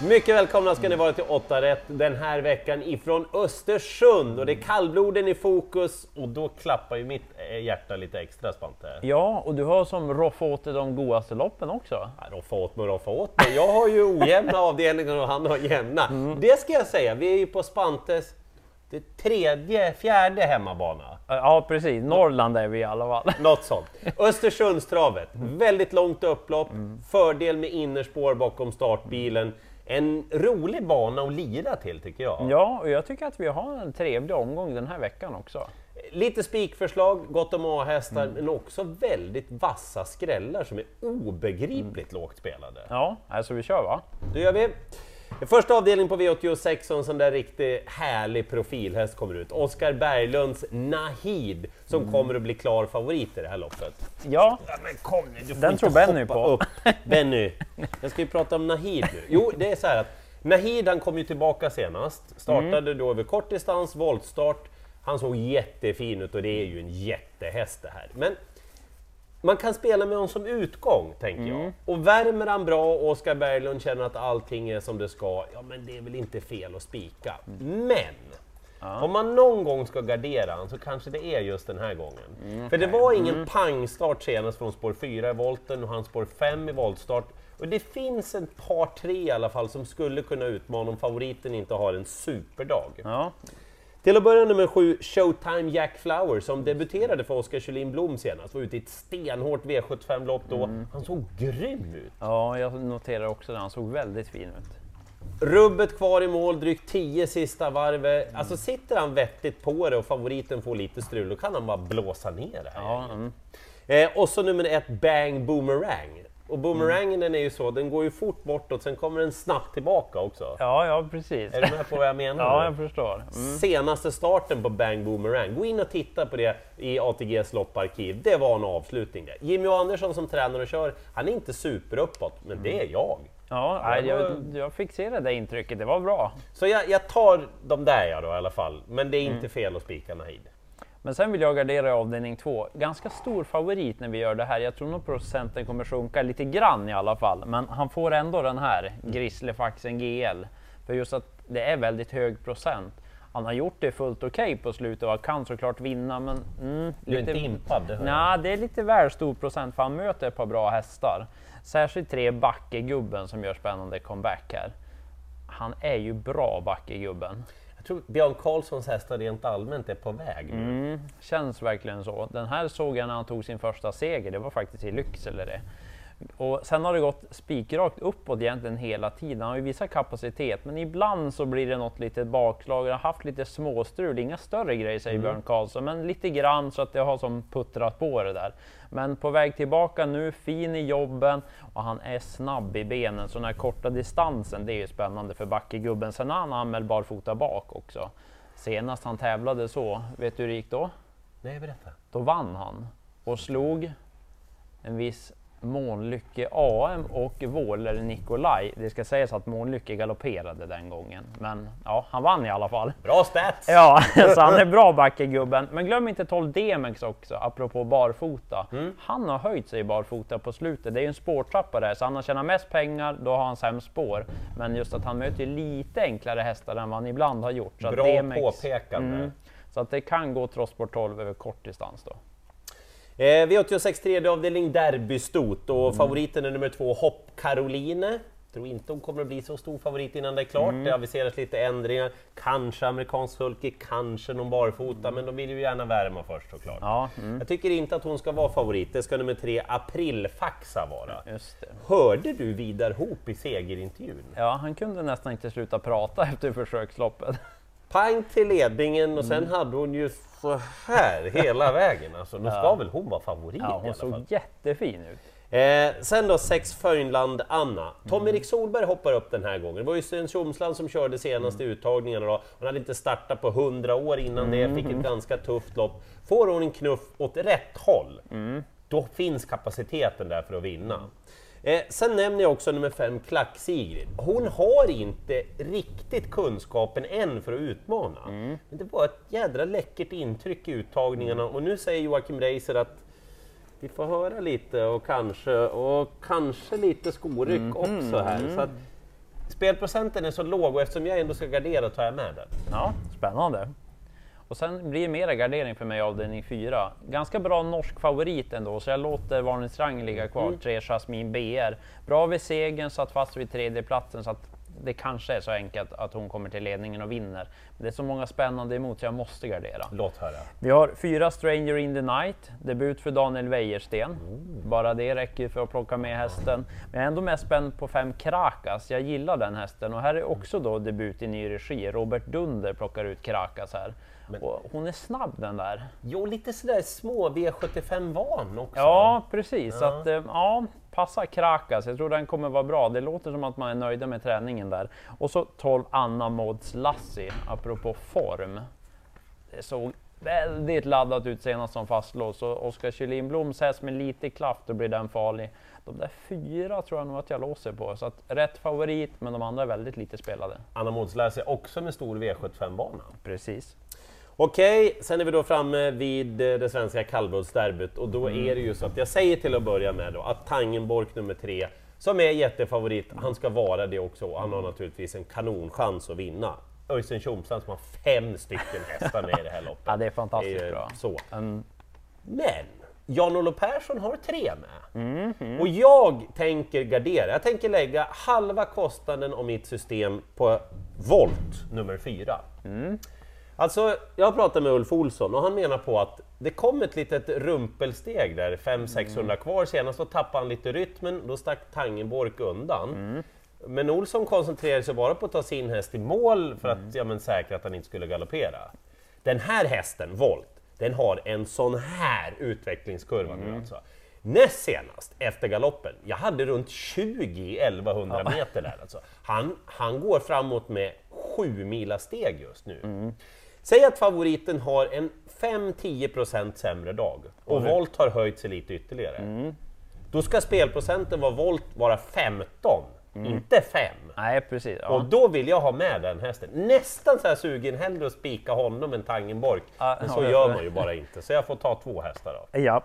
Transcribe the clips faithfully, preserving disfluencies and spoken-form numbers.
Mycket välkomna ska ni vara till åtta rätt den här veckan ifrån Östersund. Och det är kallbloden i fokus och då klappar ju mitt hjärta lite extra, Spante. Ja, och du har som roffa åt de godaste loppen också. Ja, roffa åt mig, roffa åt mig. Jag har ju ojämna avdelningar och han har jämna. Mm. Det ska jag säga, vi är ju på Spantes det tredje, fjärde hemmabana. Ja, precis. Norrland är vi i alla fall. Något sånt. Östersundstravet, väldigt långt upplopp, mm. fördel med innerspår bakom startbilen. En rolig bana att lira till, tycker jag. Ja, och jag tycker att vi har en trevlig omgång den här veckan också. Lite spikförslag, gott om A-hästar, mm. men också väldigt vassa skrällar som är obegripligt mm. lågt spelade. Ja, alltså vi kör va? Då gör vi. Första avdelning på V åttiosex, en sån där riktigt härlig profilhäst kommer ut. Oskar Berglunds Nahid som mm. kommer att bli klar favorit i det här loppet. Ja, ja men kom nu, du får den inte tror Benny på. Upp. Benny, jag ska ju prata om Nahid nu. Jo, det är så här att Nahid, han kom ju tillbaka senast. Startade mm. då över kortdistans, voltstart. Han såg jättefin ut och det är ju en jättehäst det här. Men man kan spela med honom som utgång, tänker mm. jag. Och värmer han bra och Oskar Berglund känner att allting är som det ska, ja men det är väl inte fel att spika. Mm. Men, ja. om man någon gång ska gardera han så kanske det är just den här gången. Mm, För det var ingen mm. pangstart senast från spår fyra i volten och han spår fem i voltstart. Och det finns en par tre i alla fall som skulle kunna utmana om favoriten inte har en superdag. Ja. Till att börja nummer sju, Showtime Jack Flower, som debuterade för Oskar Kjellin Blom senast. Var ute i ett stenhårt V sjuttiofem-lopp då. Mm. Han såg grym ut. Ja, jag noterar också det. Han såg väldigt fin ut. Rubbet kvar i mål, drygt tio sista varvet. Mm. Alltså sitter han vettigt på det och favoriten får lite strul, då kan han bara blåsa ner det här. Ja, mm. eh, och så nummer ett, Bang Boomerang. Och boomerangen mm. den är ju så, den går ju fort bortåt, sen kommer den snabbt tillbaka också. Ja, ja precis. Är du med på vad jag menar? Ja, jag förstår. Mm. Senaste starten på Bang Boomerang, gå in och titta på det i A T G:s lopparkiv, det var en avslutning där. Jimmy Andersson som tränar och kör, han är inte superuppåt, men mm. det är jag. Ja, nej, jag, jag fixerade det intrycket, det var bra. Så jag, jag tar de där jag då i alla fall, men det är inte mm. fel att spika Nahid. Men sen vill jag gardera i avdelning två. Ganska stor favorit när vi gör det här. Jag tror nog procenten kommer sjunka lite grann i alla fall. Men han får ändå den här, Grizzlyfaxen G L. För just att det är väldigt hög procent. Han har gjort det fullt okej okay på slutet och kan såklart vinna. Men mm, du är lite, inte impad? Det, nej, det är lite väl stor procent för han möter ett par bra hästar. Särskilt tre Backegubben som gör spännande comeback här. Han är ju bra, Backegubben. Jag tror Björn Karlssons hästar rent allmänt är på väg nu. Mm, känns verkligen så. Den här såg jag när han tog sin första seger, det var faktiskt i Lycksele det. Och sen har det gått spikrakt uppåt egentligen hela tiden. Han har ju visat kapacitet, men ibland så blir det något litet bakslag. Han har haft lite småstrul, inga större grejer säger mm. Björn Karlsson, men lite grann så att det har som puttrat på det där. Men på väg tillbaka nu, fin i jobben och han är snabb i benen. Så den här korta distansen, det är ju spännande för Backegubben. Sen har han anmält barfota bak också. Senast han tävlade så, vet du hur det gick då? Nej, berätta. Då vann han och slog en viss Månlycke A M och Våler Nikolaj. Det ska sägas att Månlycke galopperade den gången. Men ja, han vann i alla fall. Bra stats! Ja, så han är bra Backegubben. Men glöm inte tolv D M X också, apropå barfota. Mm. Han har höjt sig barfota på slutet. Det är ju en spårtrappa där, så han har tjänat mest pengar, då har han sämst spår. Men just att han möter lite enklare hästar än vad han ibland har gjort. Så bra D M X, påpekande. Mm, så att det kan gå trots spår tolv över kort distans då. Eh, V åttiosex tredje avdelning Derbystot och mm. favoriten är nummer två Hopp Caroline. Tror inte hon kommer att bli så stor favorit innan det är klart. Mm. Det aviseras lite ändringar. Kanske amerikansk sulky, kanske någon barfota, mm. men de vill ju gärna värma först såklart. Ja, mm. Jag tycker inte att hon ska vara favorit. Det ska nummer tre Aprilfaxa vara. Just det. Hörde du Vidar Hoop i segerintervjun? Ja, han kunde nästan inte sluta prata efter försöksloppet. Pang till ledningen och sen mm. hade hon ju så här hela vägen. Alltså, nu ska ja. väl hon vara favorit ja, hon i alla fall. såg jättefin ut. Eh, sen då sex Fönland Anna. Tom-Erik mm. Solberg hoppar upp den här gången. Det var ju Sten Tjomsland som körde senaste mm. uttagningarna då. Hon hade inte startat på hundra år innan mm. det, fick ett ganska tufft lopp. Får hon en knuff åt rätt håll, mm. då finns kapaciteten där för att vinna. Mm. Eh, sen nämner jag också nummer fem Klack Sigrid. Hon har inte riktigt kunskapen än för att utmana. Mm. Men det var ett jädra läckert intryck i uttagningarna och nu säger Joakim Reiser att vi får höra lite och kanske, och kanske lite skoryck mm. också här. Så att spelprocenten är så låg och eftersom jag ändå ska gardera tar jag med den. Ja, spännande. Och sen blir det mera gardering för mig avdelning fyra. Ganska bra norsk favorit ändå, så jag låter varningsrang ligga kvar. Mm. tre Jasmine B R. Bra vid segern, satt fast vid tredjeplatsen så att det kanske är så enkelt att hon kommer till ledningen och vinner. Men det är så många spännande emot så jag måste gardera. Låt höra. Vi har fyra Stranger in the Night, debut för Daniel Wäjersten. Mm. Bara det räcker för att plocka med hästen. Men jag är ändå mest spänd på fem Krakas, jag gillar den hästen. Och här är också då debut i ny regi. Robert Dunder plockar ut Krakas här. Men, och hon är snabb den där. Jo, lite sådär små V sjuttiofem-van också. Ja, precis. Ja. Så att, ja, passa Krakas. Jag tror den kommer vara bra. Det låter som att man är nöjda med träningen där. Och så tolv Anna Mods Lassie, apropå form. Det såg väldigt laddat ut senast som fastlås. Och Oskar Kjellin Bloms häst med lite kraft, då blir den farlig. De där fyra tror jag nog att jag låser på. Så att rätt favorit, men de andra är väldigt lite spelade. Anna Mods Lassie också med stor V sjuttiofem-bana. Precis. Okej, sen är vi då framme vid det svenska kallblodsderbyt och då Mm. är det ju så att jag säger till att börja med då att Tangenborg nummer tre, som är jättefavorit, han ska vara det också. Han har naturligtvis en kanonchans att vinna. Öystein Tjomsland som har fem stycken hästar med i det här loppet. Ja, det är fantastiskt det är bra. Så. Um... Men Jan-Olof Persson har tre med. Mm, mm. Och jag tänker gardera. Jag tänker lägga halva kostnaden av mitt system på volt nummer fyra. Mm. Alltså, jag har pratat med Ulf Olsson och han menar på att det kom ett litet rumpelsteg där, fem sexhundra mm. kvar. Senast då tappade han lite rytmen, då stack Tangenborg undan. Mm. Men Olsson koncentrerade sig bara på att ta sin häst i mål för mm. att ja, men, säkra att han inte skulle galoppera. Den här hästen, Volt, den har en sån här utvecklingskurva mm. nu alltså. Näst senast, efter galoppen, jag hade runt tjugo elvahundra ja. meter där alltså. Han, han går framåt med sju mila steg just nu. Mm. Säg att favoriten har en fem till tio procent sämre dag och mm. Volt har höjt sig lite ytterligare. Mm. Då ska spelprocenten vara Volt vara femton, mm. inte fem. Nej, precis. Ja. Och då vill jag ha med den hästen. Nästan så här sugen hellre att spika honom än Tangenborg. Ja, men så ja, gör man ju bara inte. Så jag får ta två hästar då. Ja.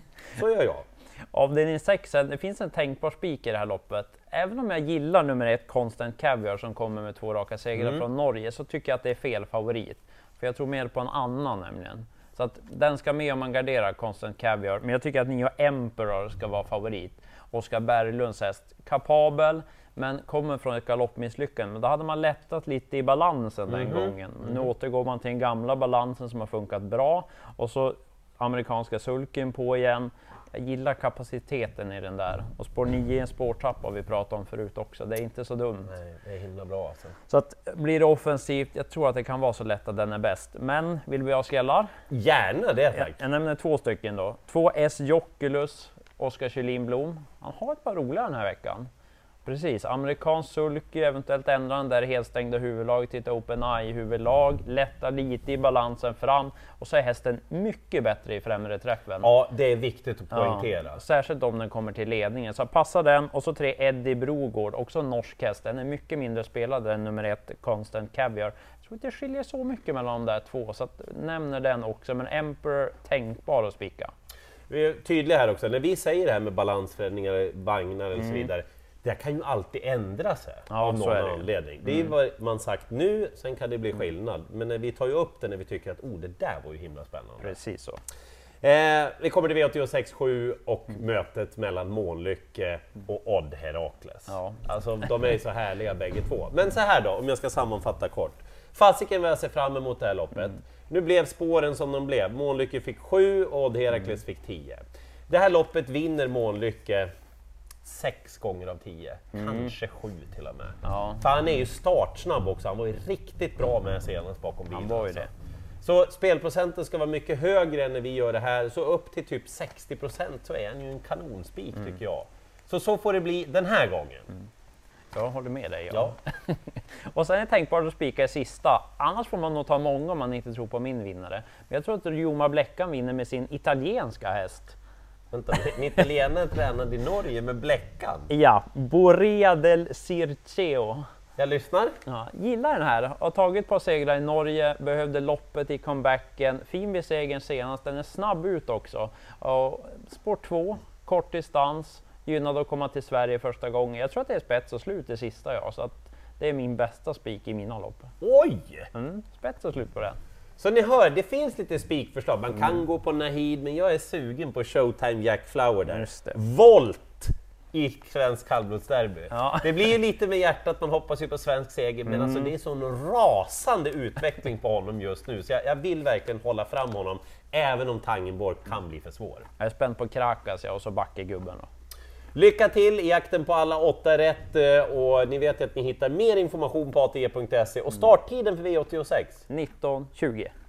Så gör jag. Avdelning sex, det finns en tänkbar spik i det här loppet. Även om jag gillar nummer ett Constant Caviar som kommer med två raka segrar mm. från Norge, så tycker jag att det är fel favorit. För jag tror mer på en annan nämligen. Så att den ska med om man garderar Constant Caviar. Men jag tycker att Nio Emperor ska vara favorit. Oskar Berglunds häst, kapabel, men kommer från ett galoppmisslyckande. Men då hade man lättat lite i balansen den mm. gången. Mm. Nu återgår man till den gamla balansen som har funkat bra. Och så amerikanska sulken på igen. Jag gillar kapaciteten i den där. Och spår nio i en spårtrapp har vi pratat om förut också. Det är inte så dumt. Nej, det är himla bra alltså. Så att blir det offensivt, jag tror att det kan vara så lätt att den är bäst. Men vill vi ha skrällar? Gärna det tack. Jag, jag nämner två stycken då. Två S Joculus, Oskar Kjellin Blom. Han har ett par roliga den här veckan. Precis, amerikansk sulky, eventuellt ändra den där helstängda huvudlaget till ett open eye huvudlag, lätta lite i balansen fram och så är hästen mycket bättre i främre träffen. Ja, det är viktigt att poängtera. Ja, särskilt om den kommer till ledningen, så passa den. Och så tre Eddie Brogård, också en norsk häst, den är mycket mindre spelad än nummer ett Constant Caviar. Jag tror inte det skiljer så mycket mellan de där två, så att, nämner den också, men Emperor tänkbar att spika. Vi är tydliga här också, när vi säger det här med balansförändringar, vagnar eller mm. så vidare, det kan ju alltid ändra sig ja, av någon anledning. Mm. Det är ju vad man sagt nu, sen kan det bli skillnad. Men när vi tar ju upp det när vi tycker att oh, det där var ju himla spännande. Precis så. Eh, vi kommer till V åttiosex sju och mm. mötet mellan Månlycke och Odd Herakles. Ja. Alltså de är ju så härliga bägge två. Men så här då, om jag ska sammanfatta kort. Fasiken vill jag se fram emot det här loppet. Mm. Nu blev spåren som de blev. Månlycke fick sju och Odd Herakles mm. fick tio. Det här loppet vinner Månlycke sex gånger av tio, mm. kanske sju till och med. Ja. För han är ju startsnabb också, han var ju riktigt bra med senast bakom bilen. Han var ju alltså. det. Så spelprocenten ska vara mycket högre än när vi gör det här, så upp till typ sextio procent så är han ju en kanonspik mm. tycker jag. Så så får det bli den här gången. Mm. Jag håller med dig. Ja. Ja. Och sen är det tänkbart att spika i sista. Annars får man nog ta många om man inte tror på min vinnare. Men jag tror att Joma Bleckan vinner med sin italienska häst. Vänta, en italienare tränade i Norge med Bleckan? Ja, Borea del Circeo. Jag lyssnar. Ja, gillar den här. Har tagit ett par segrar i Norge, behövde loppet i comebacken. Fin vid segern senast, den är snabb ut också. Och spår två, kort distans, gynnad att komma till Sverige första gången. Jag tror att det är spets och slut i sista, ja. Så att Det är min bästa spik i mina lopp. Oj! Mm, spets och slut på den. Så ni hör, det finns lite spikförslag. Man kan Mm. gå på Nahid, men jag är sugen på Showtime Jack Flower där. Just det. Volt i svensk kallblodsderby. Ja. Det blir ju lite med hjärtat, man hoppas ju på svensk seger, men Mm. alltså det är sån rasande utveckling på honom just nu, så jag, jag vill verkligen hålla fram honom, även om Tangenborg kan bli för svår. Jag är spänd på Krakas, ja, och så Backegubben då. Lycka till i jakten på alla åtta rätt, och ni vet att ni hittar mer information på A T G punkt se och starttiden för V åttiosex. nitton tjugo.